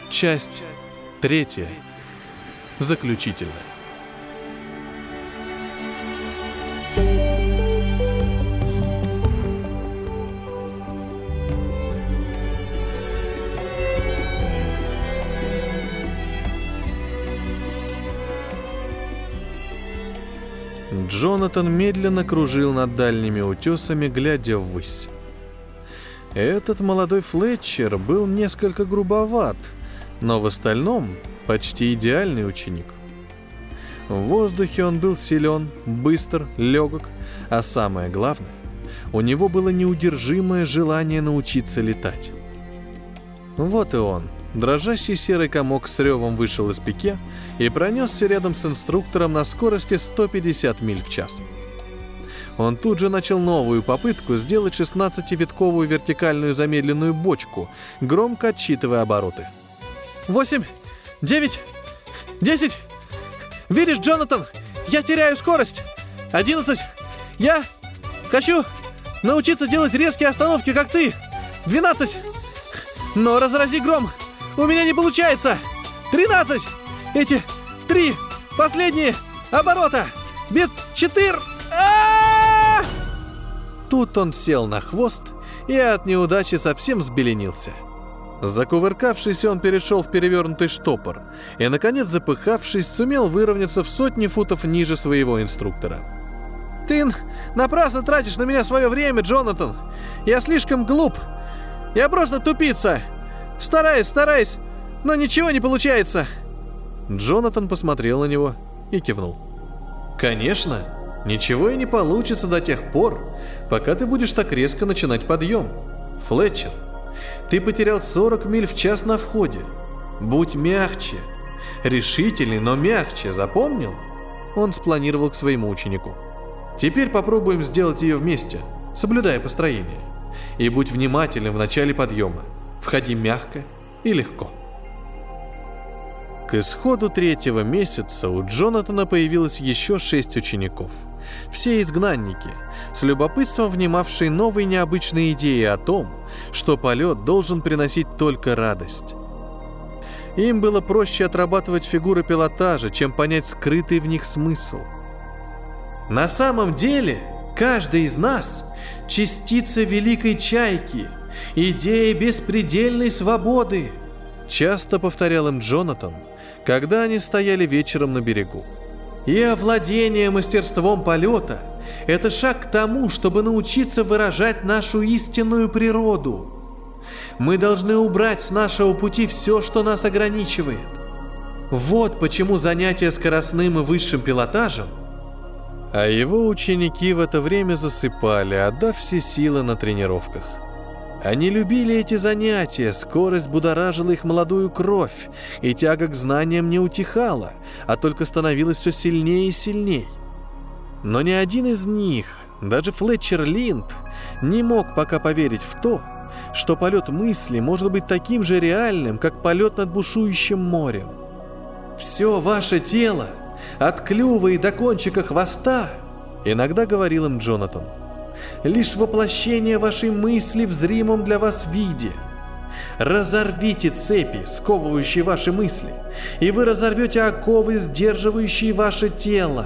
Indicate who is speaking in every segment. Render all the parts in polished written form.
Speaker 1: Часть 3. Заключительная. Джонатан медленно кружил над дальними утесами, глядя ввысь. Этот молодой Флетчер был несколько грубоват, но в остальном почти идеальный ученик. В воздухе он был силен, быстр, легок, а самое главное, у него было неудержимое желание научиться летать. Вот и он, дрожащий серый комок с ревом вышел из пике и пронесся рядом с инструктором на скорости 150 миль в час. Он тут же начал новую попытку сделать 16-витковую вертикальную замедленную бочку, громко отсчитывая обороты. 8, 9, 10. Видишь, Джонатан, я теряю скорость. 11. Я хочу научиться делать резкие остановки, как ты. 12. Но разрази гром, у меня не получается. 13. Эти 3 последние оборота. Без 4. Тут он сел на хвост и от неудачи совсем взбеленился. Закувыркавшись, он перешел в перевернутый штопор и, наконец, запыхавшись, сумел выровняться в сотни футов ниже своего инструктора. «Ты напрасно тратишь на меня свое время, Джонатан. Я слишком глуп. Я просто тупица. Стараюсь, но ничего не получается». Джонатан посмотрел на него и кивнул. «Конечно, ничего и не получится до тех пор, пока ты будешь так резко начинать подъем. Флетчер, ты потерял 40 миль в час на входе. Будь мягче. Решительный, но мягче, запомнил?» Он спланировал к своему ученику. «Теперь попробуем сделать ее вместе, соблюдая построение. И будь внимательным в начале подъема. Входи мягко и легко». К исходу 3-го месяца у Джонатана появилось еще 6 учеников. Все изгнанники, с любопытством внимавшие новой необычной идее о том, что полет должен приносить только радость. Им было проще отрабатывать фигуры пилотажа, чем понять скрытый в них смысл. «На самом деле, каждый из нас – частица великой чайки, идея беспредельной свободы», – часто повторял им Джонатан, когда они стояли вечером на берегу. «И овладение мастерством полета – это шаг к тому, чтобы научиться выражать нашу истинную природу. Мы должны убрать с нашего пути все, что нас ограничивает. Вот почему занятия скоростным и высшим пилотажем». А его ученики в это время засыпали, отдав все силы на тренировках. Они любили эти занятия, скорость будоражила их молодую кровь, и тяга к знаниям не утихала, а только становилась все сильнее и сильнее. Но ни один из них, даже Флетчер Линд, не мог пока поверить в то, что полет мысли может быть таким же реальным, как полет над бушующим морем. «Все ваше тело, от клюва и до кончика хвоста», иногда говорил им Джонатан, «лишь воплощение вашей мысли в зримом для вас виде. Разорвите цепи, сковывающие ваши мысли, и вы разорвете оковы, сдерживающие ваше тело».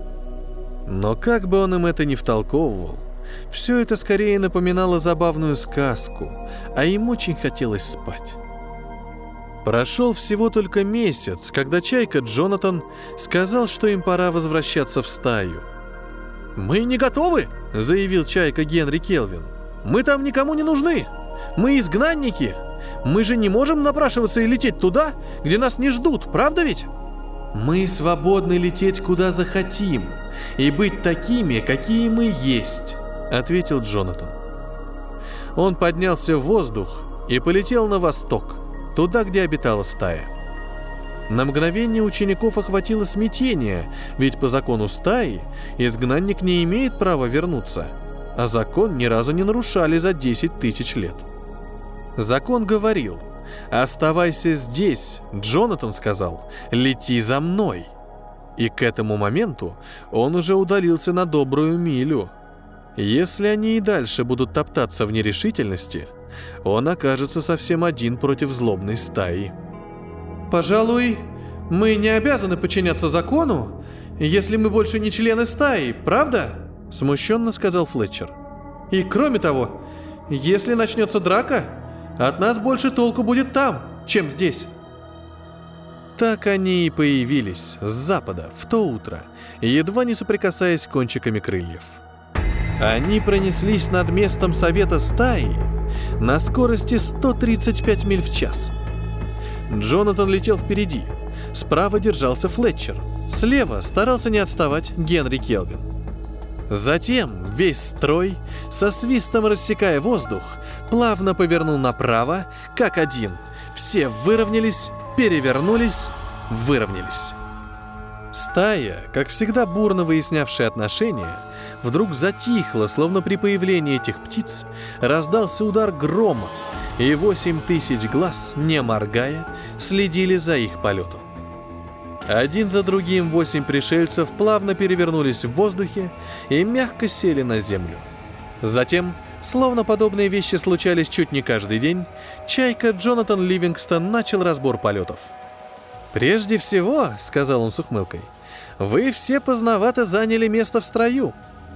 Speaker 1: Но как бы он им это ни втолковывал, все это скорее напоминало забавную сказку, а им очень хотелось спать. Прошел всего только месяц, когда чайка Джонатан сказал, что им пора возвращаться в стаю. «Мы не готовы», — заявил чайка Генри Келвин. «Мы там никому не нужны. Мы изгнанники. Мы же не можем напрашиваться и лететь туда, где нас не ждут, правда ведь?» «Мы свободны лететь куда захотим и быть такими, какие мы есть», — ответил Джонатан. Он поднялся в воздух и полетел на восток, туда, где обитала стая. На мгновение учеников охватило смятение, ведь по закону стаи изгнанник не имеет права вернуться, а закон ни разу не нарушали за 10 тысяч лет. Закон говорил: «Оставайся здесь», Джонатан сказал, «лети за мной». И к этому моменту он уже удалился на добрую милю. Если они и дальше будут топтаться в нерешительности, он окажется совсем один против злобной стаи. «Пожалуй, мы не обязаны подчиняться закону, если мы больше не члены стаи, правда?» — смущенно сказал Флетчер. «И кроме того, если начнется драка, от нас больше толку будет там, чем здесь». Так они и появились с запада в то утро, едва не соприкасаясь кончиками крыльев. Они пронеслись над местом совета стаи на скорости 135 миль в час. Джонатан летел впереди, справа держался Флетчер, слева старался не отставать Генри Келвин. Затем весь строй, со свистом рассекая воздух, плавно повернул направо, как один. Все выровнялись, перевернулись, выровнялись. Стая, как всегда бурно выяснявшая отношения, вдруг затихла, словно при появлении этих птиц раздался удар грома, и 8000 глаз, не моргая, следили за их полетом. Один за другим 8 пришельцев плавно перевернулись в воздухе и мягко сели на землю. Затем, словно подобные вещи случались чуть не каждый день, чайка Джонатан Ливингстон начал разбор полетов. «Прежде всего, — сказал он с ухмылкой, — вы все поздновато заняли место в строю».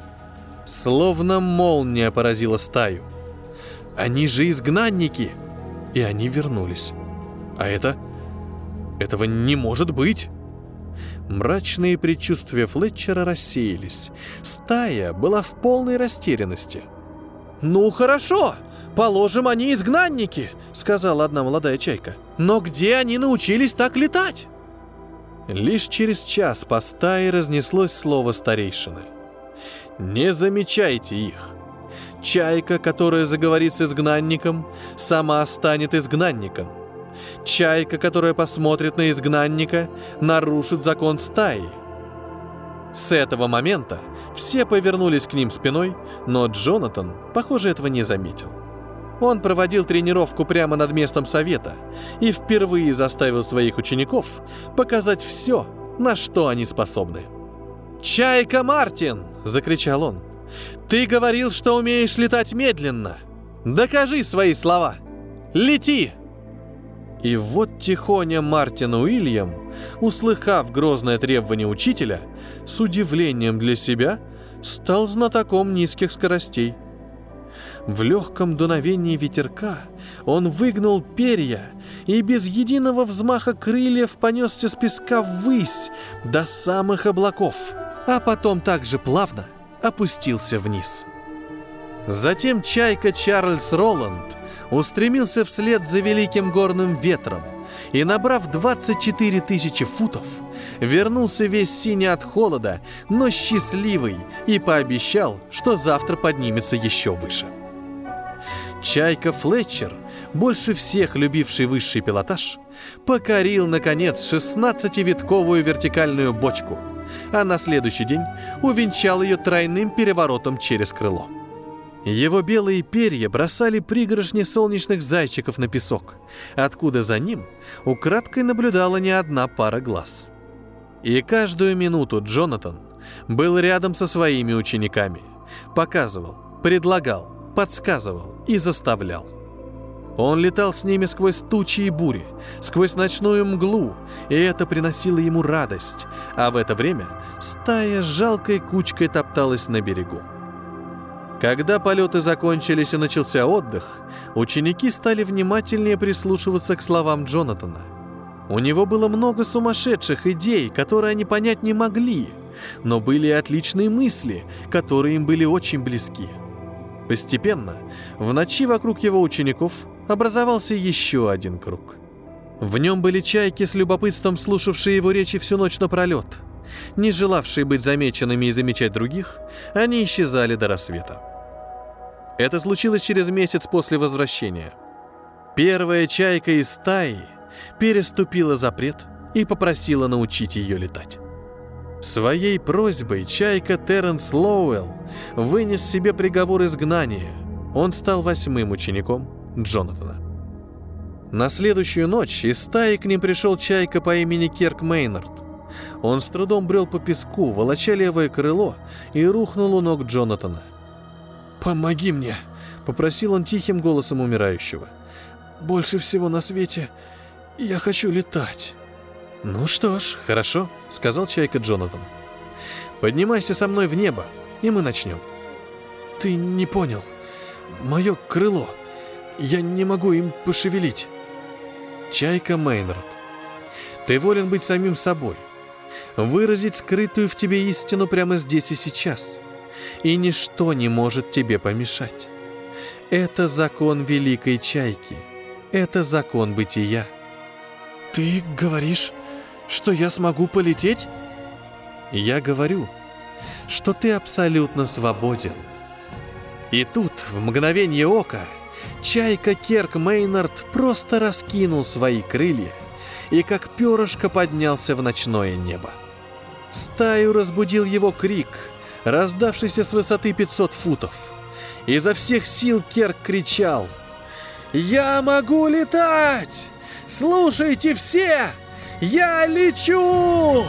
Speaker 1: Словно молния поразила стаю. Они же изгнанники! И они вернулись. А этого не может быть! Мрачные предчувствия Флетчера рассеялись. Стая была в полной растерянности. «Ну хорошо, положим, они изгнанники», — сказала одна молодая чайка. «Но где они научились так летать?» Лишь через час по стае разнеслось слово старейшины. «Не замечайте их. Чайка, которая заговорит с изгнанником, сама станет изгнанником. Чайка, которая посмотрит на изгнанника, нарушит закон стаи». С этого момента все повернулись к ним спиной, но Джонатан, похоже, этого не заметил. Он проводил тренировку прямо над местом совета и впервые заставил своих учеников показать все, на что они способны. «Чайка Мартин!» — закричал он. «Ты говорил, что умеешь летать медленно. Докажи свои слова. Лети!» И вот тихоня Мартин Уильям, услыхав грозное требование учителя, с удивлением для себя стал знатоком низких скоростей. В легком дуновении ветерка он выгнул перья и без единого взмаха крыльев понесся с песка ввысь до самых облаков, а потом также плавно опустился вниз. Затем чайка Чарльз Роланд устремился вслед за великим горным ветром и, набрав 24 000 футов, вернулся весь синий от холода, но счастливый, и пообещал, что завтра поднимется еще выше. Чайка Флетчер, больше всех любивший высший пилотаж, покорил, наконец, 16-витковую вертикальную бочку, а на следующий день увенчал ее тройным переворотом через крыло. Его белые перья бросали пригоршни солнечных зайчиков на песок, откуда за ним украдкой наблюдала не одна пара глаз. И каждую минуту Джонатан был рядом со своими учениками, показывал, предлагал, подсказывал и заставлял. Он летал с ними сквозь тучи и бури, сквозь ночную мглу, и это приносило ему радость, а в это время стая с жалкой кучкой топталась на берегу. Когда полеты закончились и начался отдых, ученики стали внимательнее прислушиваться к словам Джонатана. У него было много сумасшедших идей, которые они понять не могли, но были и отличные мысли, которые им были очень близки. Постепенно, в ночи вокруг его учеников образовался еще один круг. В нем были чайки с любопытством, слушавшие его речи всю ночь напролет. Не желавшие быть замеченными и замечать других, они исчезали до рассвета. Это случилось через месяц после возвращения. Первая чайка из стаи переступила запрет и попросила научить ее летать. Своей просьбой чайка Терренс Лоуэлл вынес себе приговор изгнания. Он стал 8-м учеником Джонатана. На следующую ночь из стаи к ним пришел чайка по имени Керк Мейнард. Он с трудом брел по песку, волоча левое крыло, и рухнул у ног Джонатана. «Помоги мне!» — попросил он тихим голосом умирающего. «Больше всего на свете Я хочу летать. Ну что ж, хорошо, сказал Чайка Джонатан. Поднимайся со мной в небо, и мы начнем. Ты не понял. Мое крыло. Я не могу им пошевелить. Чайка Мейнард, ты волен быть самим собой, выразить скрытую в тебе истину прямо здесь и сейчас, и ничто не может тебе помешать. Это закон великой чайки, это закон бытия. Ты говоришь, что я смогу полететь? Я говорю, что ты абсолютно свободен. И тут, в мгновение ока, чайка Керк Мейнард просто раскинул свои крылья и как перышко поднялся в ночное небо. Стаю разбудил его крик, раздавшийся с высоты 500 футов. Изо всех сил Керк кричал: «Я могу летать! Слушайте все! Я лечу!»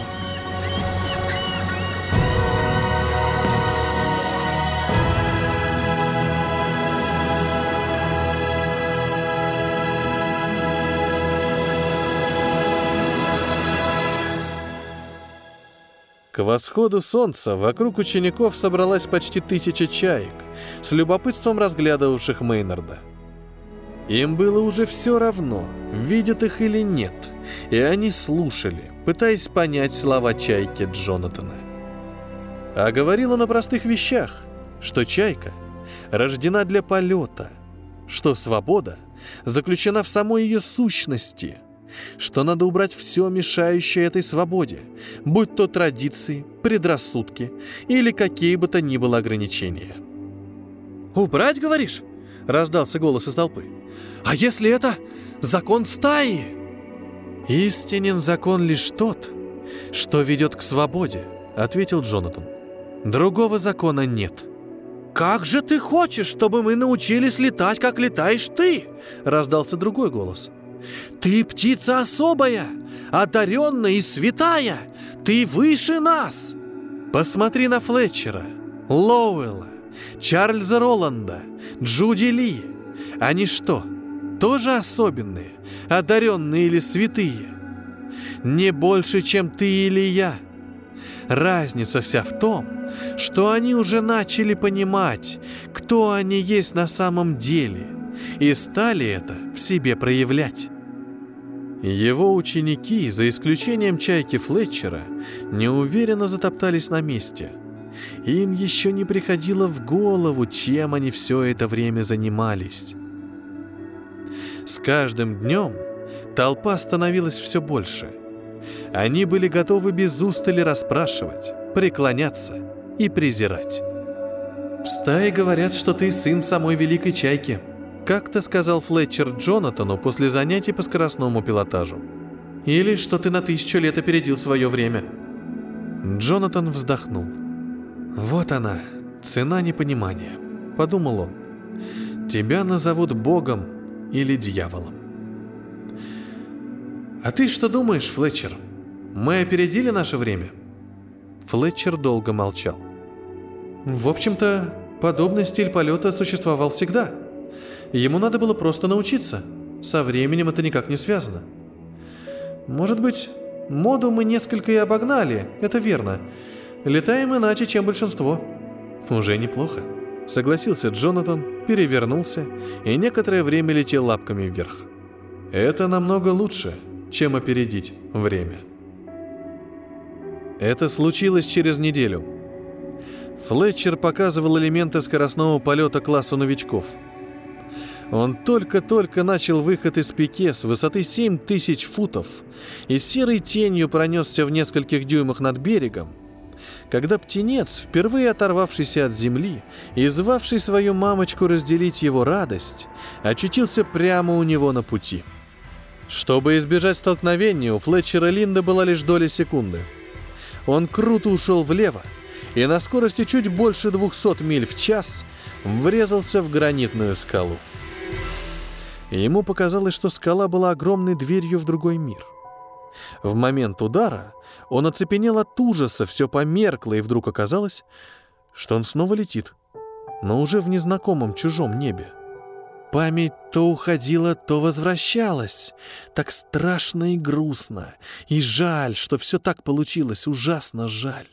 Speaker 1: К восходу солнца вокруг учеников собралась почти 1000 чаек, с любопытством разглядывавших Мейнарда. Им было уже все равно, видят их или нет, и они слушали, пытаясь понять слова чайки Джонатана. А говорил он о простых вещах, что чайка рождена для полета, что свобода заключена в самой ее сущности, что надо убрать все мешающее этой свободе, будь то традиции, предрассудки или какие бы то ни было ограничения. «Убрать, говоришь?» — раздался голос из толпы. «А если это закон стаи?» «Истинен закон лишь тот, что ведет к свободе», — ответил Джонатан. «Другого закона нет». «Как же ты хочешь, чтобы мы научились летать, как летаешь ты?» — раздался другой голос. «Ты птица особая, одаренная и святая! Ты выше нас!» Посмотри на Флетчера, Лоуэлла, Чарльза Роланда, Джуди Ли. Они что, тоже особенные, одаренные или святые? Не больше, чем ты или я. Разница вся в том, что они уже начали понимать, кто они есть на самом деле, и стали это в себе проявлять. Его ученики, за исключением чайки Флетчера, неуверенно затоптались на месте. Им еще не приходило в голову, чем они все это время занимались. С каждым днем толпа становилась все больше. Они были готовы без устали расспрашивать, преклоняться и презирать. «В стае говорят, что ты сын самой великой чайки», — как-то сказал Флетчер Джонатану после занятий по скоростному пилотажу. «Или что ты на 1000 лет опередил свое время». Джонатан вздохнул. «Вот она, цена непонимания», — подумал он. «Тебя назовут Богом или дьяволом». «А ты что думаешь, Флетчер? Мы опередили наше время?» Флетчер долго молчал. «В общем-то, подобный стиль полета существовал всегда. Ему надо было просто научиться. Со временем это никак не связано. Может быть, моду мы несколько и обогнали, это верно. Летаем иначе, чем большинство». «Уже неплохо», — согласился Джонатан, перевернулся и некоторое время летел лапками вверх. «Это намного лучше, чем опередить время». Это случилось через неделю. Флетчер показывал элементы скоростного полета классу новичков. Он только-только начал выход из пике с высоты 7000 футов и серой тенью пронесся в нескольких дюймах над берегом, когда птенец, впервые оторвавшийся от земли и звавший свою мамочку разделить его радость, очутился прямо у него на пути. Чтобы избежать столкновения, у Флетчера Линда была лишь доля секунды. Он круто ушел влево и на скорости чуть больше 200 миль в час врезался в гранитную скалу. Ему показалось, что скала была огромной дверью в другой мир. В момент удара он оцепенел от ужаса, все померкло, и вдруг оказалось, что он снова летит, но уже в незнакомом чужом небе. Память то уходила, то возвращалась. Так страшно и грустно. И жаль, что все так получилось, ужасно жаль.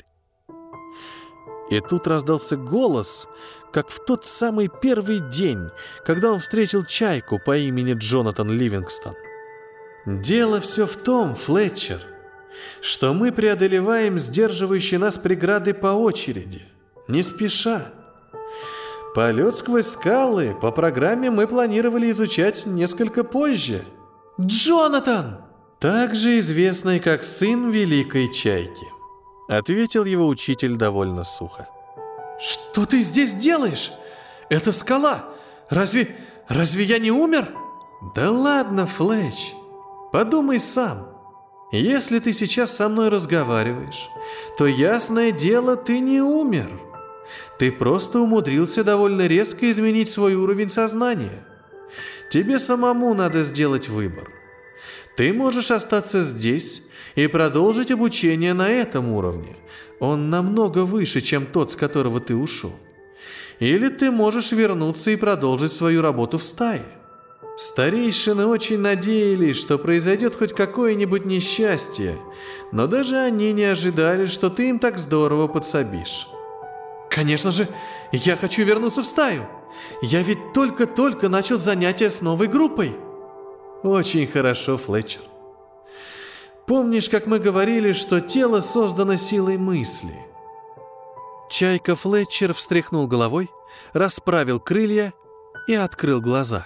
Speaker 1: И тут раздался голос, как в тот самый первый день, когда он встретил чайку по имени Джонатан Ливингстон. «Дело все в том, Флетчер, что мы преодолеваем сдерживающие нас преграды по очереди, не спеша. Полет сквозь скалы по программе мы планировали изучать несколько позже. Джонатан! Также известный как сын Великой Чайки», — ответил его учитель довольно сухо. «Что ты здесь делаешь? Это скала! Разве я не умер?» «Да ладно, Флетч, подумай сам. Если ты сейчас со мной разговариваешь, то, ясное дело, ты не умер. Ты просто умудрился довольно резко изменить свой уровень сознания. Тебе самому надо сделать выбор. Ты можешь остаться здесь и продолжить обучение на этом уровне. Он намного выше, чем тот, с которого ты ушел. Или ты можешь вернуться и продолжить свою работу в стае. Старейшины очень надеялись, что произойдет хоть какое-нибудь несчастье, но даже они не ожидали, что ты им так здорово подсобишь. Конечно же, я хочу вернуться в стаю. Я ведь только-только начал занятия с новой группой. Очень хорошо, Флетчер. Помнишь, как мы говорили, что тело создано силой мысли? Чайка Флетчер встряхнул головой, расправил крылья и открыл глаза.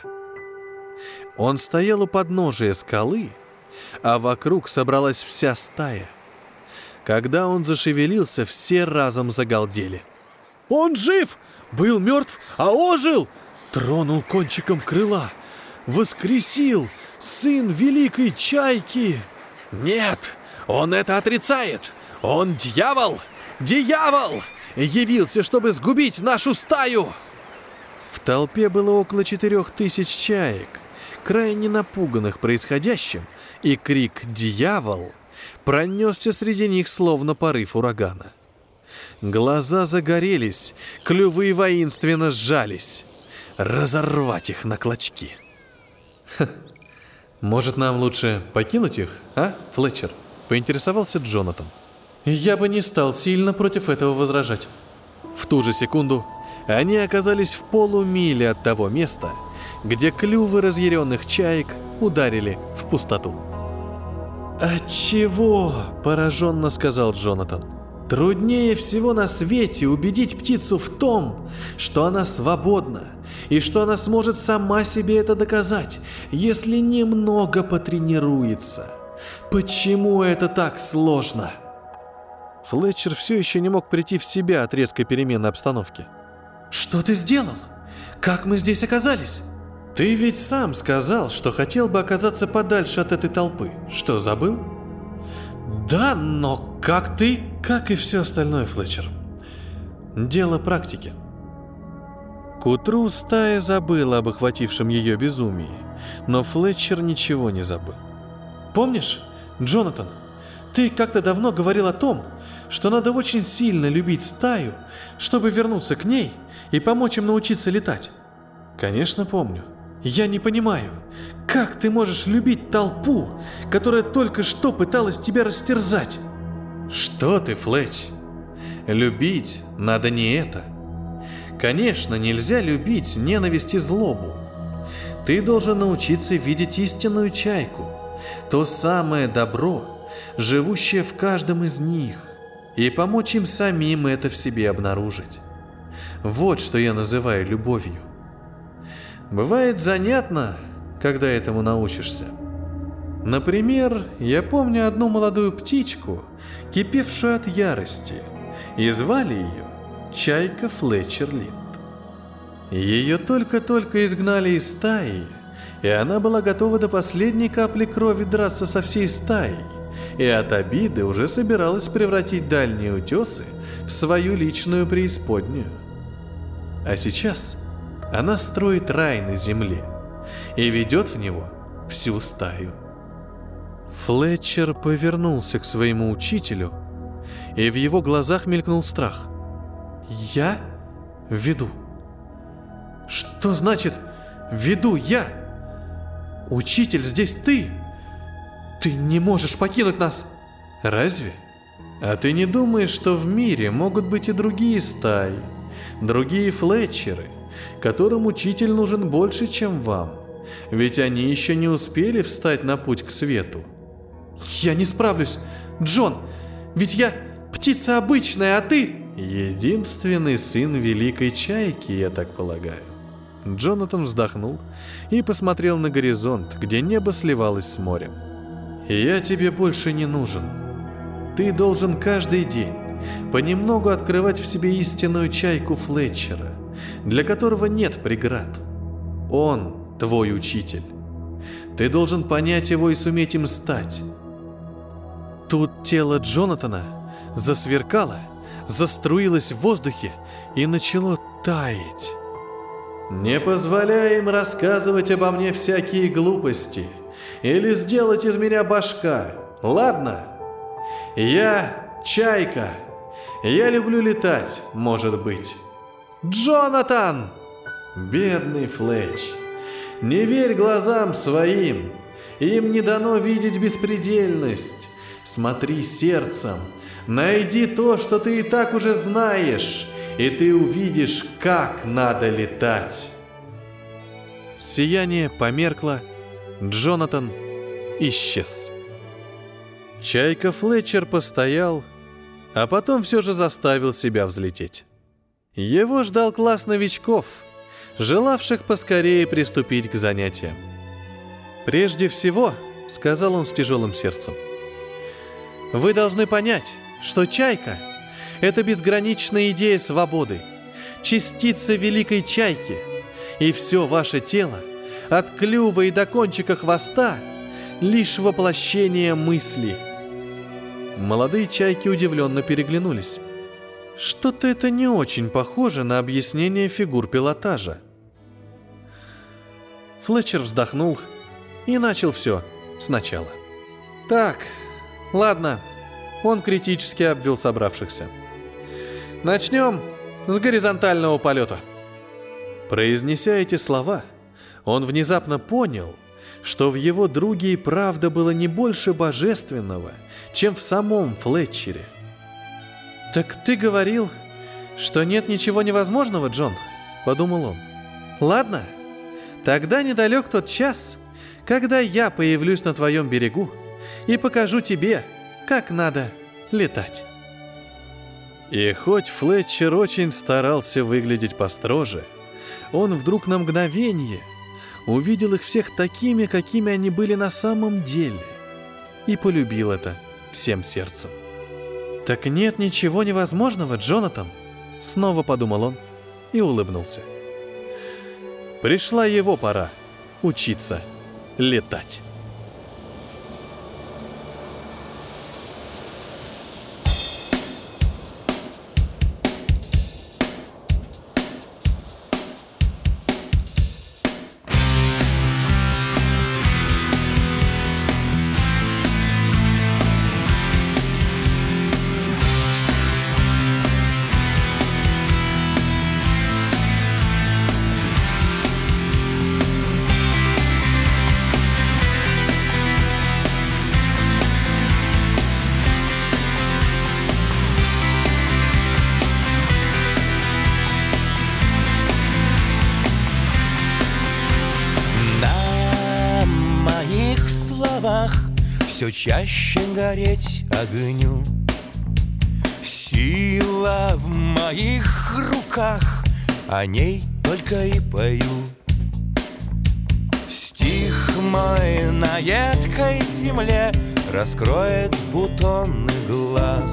Speaker 1: Он стоял у подножия скалы, а вокруг собралась вся стая. Когда он зашевелился, все разом загалдели. «Он жив! Был мертв, а ожил! Тронул кончиком крыла! Воскресил! Сын Великой Чайки!» «Нет, он это отрицает! Он дьявол! Дьявол! Явился, чтобы сгубить нашу стаю!» В толпе было около 4000 чаек, крайне напуганных происходящим, и крик «Дьявол!» пронесся среди них, словно порыв урагана. Глаза загорелись, клювы воинственно сжались. Разорвать их на клочки. «Может, нам лучше покинуть их, а, Флетчер?» — поинтересовался Джонатан. «Я бы не стал сильно против этого возражать». В ту же секунду они оказались в полумиле от того места, где клювы разъяренных чаек ударили в пустоту. «Отчего?» – пораженно сказал Джонатан. «Труднее всего на свете убедить птицу в том, что она свободна, и что она сможет сама себе это доказать, если немного потренируется. Почему это так сложно?» Флетчер все еще не мог прийти в себя от резкой перемены обстановки. «Что ты сделал? Как мы здесь оказались?» «Ты ведь сам сказал, что хотел бы оказаться подальше от этой толпы. Что, забыл?» «Да, но как ты?» «Как и все остальное, Флетчер. Дело практики». К утру стая забыла об охватившем ее безумии, но Флетчер ничего не забыл. «Помнишь, Джонатан, ты как-то давно говорил о том, что надо очень сильно любить стаю, чтобы вернуться к ней и помочь им научиться летать?» «Конечно, помню. Я не понимаю, как ты можешь любить толпу, которая только что пыталась тебя растерзать?» «Что ты, Флетч? Любить надо не это. Конечно, нельзя любить ненависть и злобу. Ты должен научиться видеть истинную чайку, то самое добро, живущее в каждом из них, и помочь им самим это в себе обнаружить. Вот что я называю любовью. Бывает занятно, когда этому научишься. Например, я помню одну молодую птичку, кипевшую от ярости, и звали ее Чайка Флетчер Линд. Ее только-только изгнали из стаи, и она была готова до последней капли крови драться со всей стаей, и от обиды уже собиралась превратить дальние утесы в свою личную преисподнюю. А сейчас она строит рай на земле и ведет в него всю стаю. Флетчер повернулся к своему учителю, и в его глазах мелькнул страх. «Я веду? Что значит веду я. Учитель, здесь ты. Ты не можешь покинуть нас. Разве? А ты не думаешь, что в мире могут быть и другие стаи, другие Флетчеры, которым учитель нужен больше, чем вам? Ведь они еще не успели встать на путь к свету. Я не справлюсь, Джон, ведь я птица обычная, а ты... Единственный сын Великой Чайки, я так полагаю. Джонатан вздохнул и посмотрел на горизонт, где небо сливалось с морем. Я тебе больше не нужен. Ты должен каждый день понемногу открывать в себе истинную чайку Флетчера, для которого нет преград. Он твой учитель. Ты должен понять его и суметь им стать. Тут тело Джонатана засверкало, заструилось в воздухе и начало таять. Не позволяй им рассказывать обо мне всякие глупости или сделать из меня башка, ладно? Я чайка. Я люблю летать, может быть. Джонатан! Бедный Флетч. Не верь глазам своим. Им не дано видеть беспредельность. Смотри сердцем. Найди то, что ты и так уже знаешь, и ты увидишь, как надо летать. Сияние померкло. Джонатан исчез. Чайка Флетчер постоял, а потом все же заставил себя взлететь. Его ждал класс новичков, желавших поскорее приступить к занятиям. «Прежде всего, — сказал он с тяжелым сердцем, — вы должны понять, что чайка — это безграничная идея свободы, частица великой чайки, и все ваше тело, от клюва и до кончика хвоста, лишь воплощение мысли». Молодые чайки удивленно переглянулись. Что-то это не очень похоже на объяснение фигур пилотажа. Флетчер вздохнул и начал все сначала. «Так, ладно». Он критически обвел собравшихся. «Начнем с горизонтального полета». Произнеся эти слова, он внезапно понял, что в его друге и правда было не больше божественного, чем в самом Флетчере. «Так ты говорил, что нет ничего невозможного, Джон?» – подумал он. «Ладно, тогда недалек тот час, когда я появлюсь на твоем берегу и покажу тебе, как надо летать». И хоть Флетчер очень старался выглядеть построже, он вдруг на мгновение увидел их всех такими, какими они были на самом деле, и полюбил это всем сердцем. «Так нет ничего невозможного, Джонатан», — снова подумал он и улыбнулся. Пришла его пора учиться летать.
Speaker 2: Все чаще гореть огню. Сила в моих руках, о ней только и пою. Стих мой на едкой земле раскроет бутоны глаз.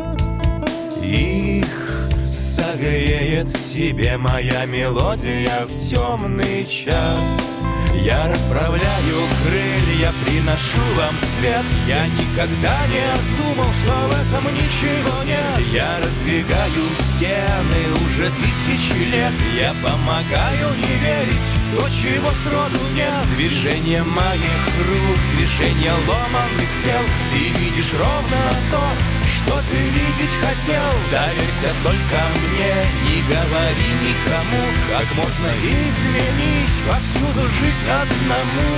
Speaker 2: Их согреет в себе моя мелодия в темный час. Я расправляю крылья, приношу вам свет. Я никогда не думал, что в этом ничего нет. Я раздвигаю стены уже тысячи лет. Я помогаю не верить в то, чего сроду нет. Движение моих рук, движение ломаных тел. Ты видишь ровно то, что что ты видеть хотел. Доверься только мне, не говори никому, как можно изменить повсюду жизнь одному.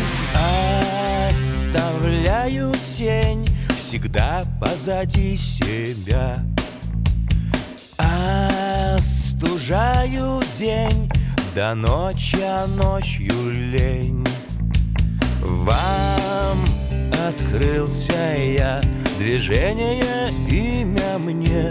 Speaker 2: Оставляю тень всегда позади себя, остужаю день до ночи, а ночью лень. Вам открылся я, движение имя мне,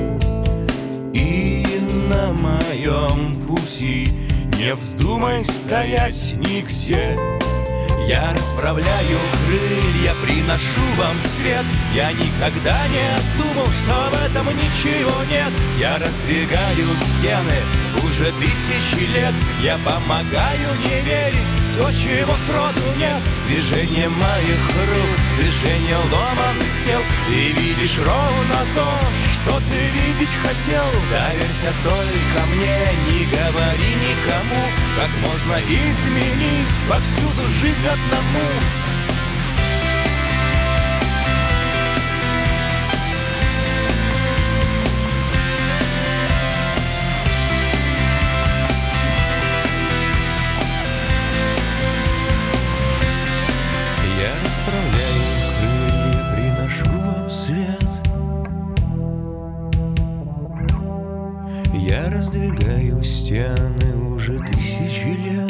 Speaker 2: и на моем пути не вздумай стоять нигде. Я расправляю крылья, приношу вам свет. Я никогда не думал, что в этом ничего нет. Я раздвигаю стены уже тысячи лет. Я помогаю не верить в то, чего сроду нет. Движение моих рук, движение ломаных тел. Ты видишь ровно то, что ты видеть хотел. Доверься только мне, не говори никому, как можно изменить повсюду жизнь одному. Я расправляю крылья, приношу вам свет. Я раздвигаю стены уже тысячи лет.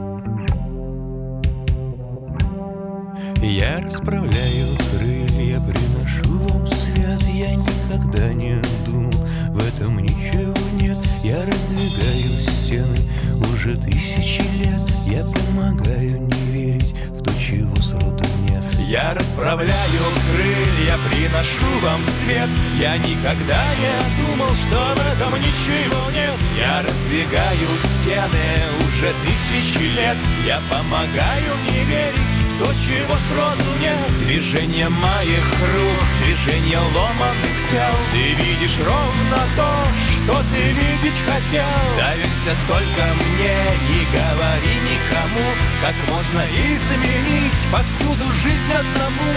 Speaker 2: Я расправляю крылья, приношу вам свет. Я никогда не думал, в этом ничего нет. Я раздвигаю стены уже тысячи лет. Я помогаю не верить в то, чего сроду нет. Я расправляю крылья, приношу вам свет. Я никогда не думал, что в этом ничего нет. Я раздвигаю стены уже тысячи лет. Я помогаю не верить в то, чего сроду нет. Движение моих рук, движение ломаных тел. Ты видишь ровно то, что ты видеть хотел. Доверься только мне, не говори никому, как можно изменить повсюду жизнь одному.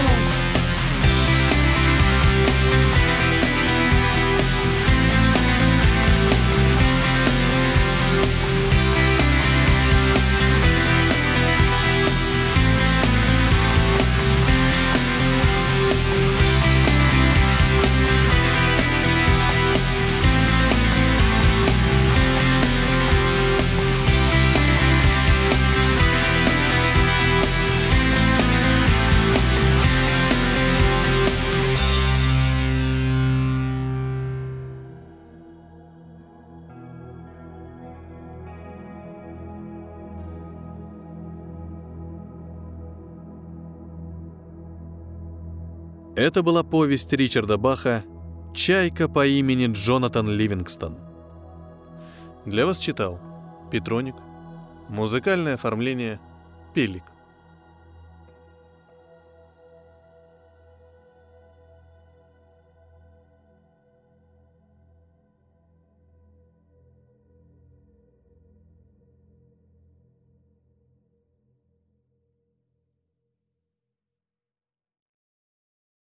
Speaker 1: Это была повесть Ричарда Баха «Чайка по имени Джонатан Ливингстон». Для вас читал Петроник. Музыкальное оформление Пелик.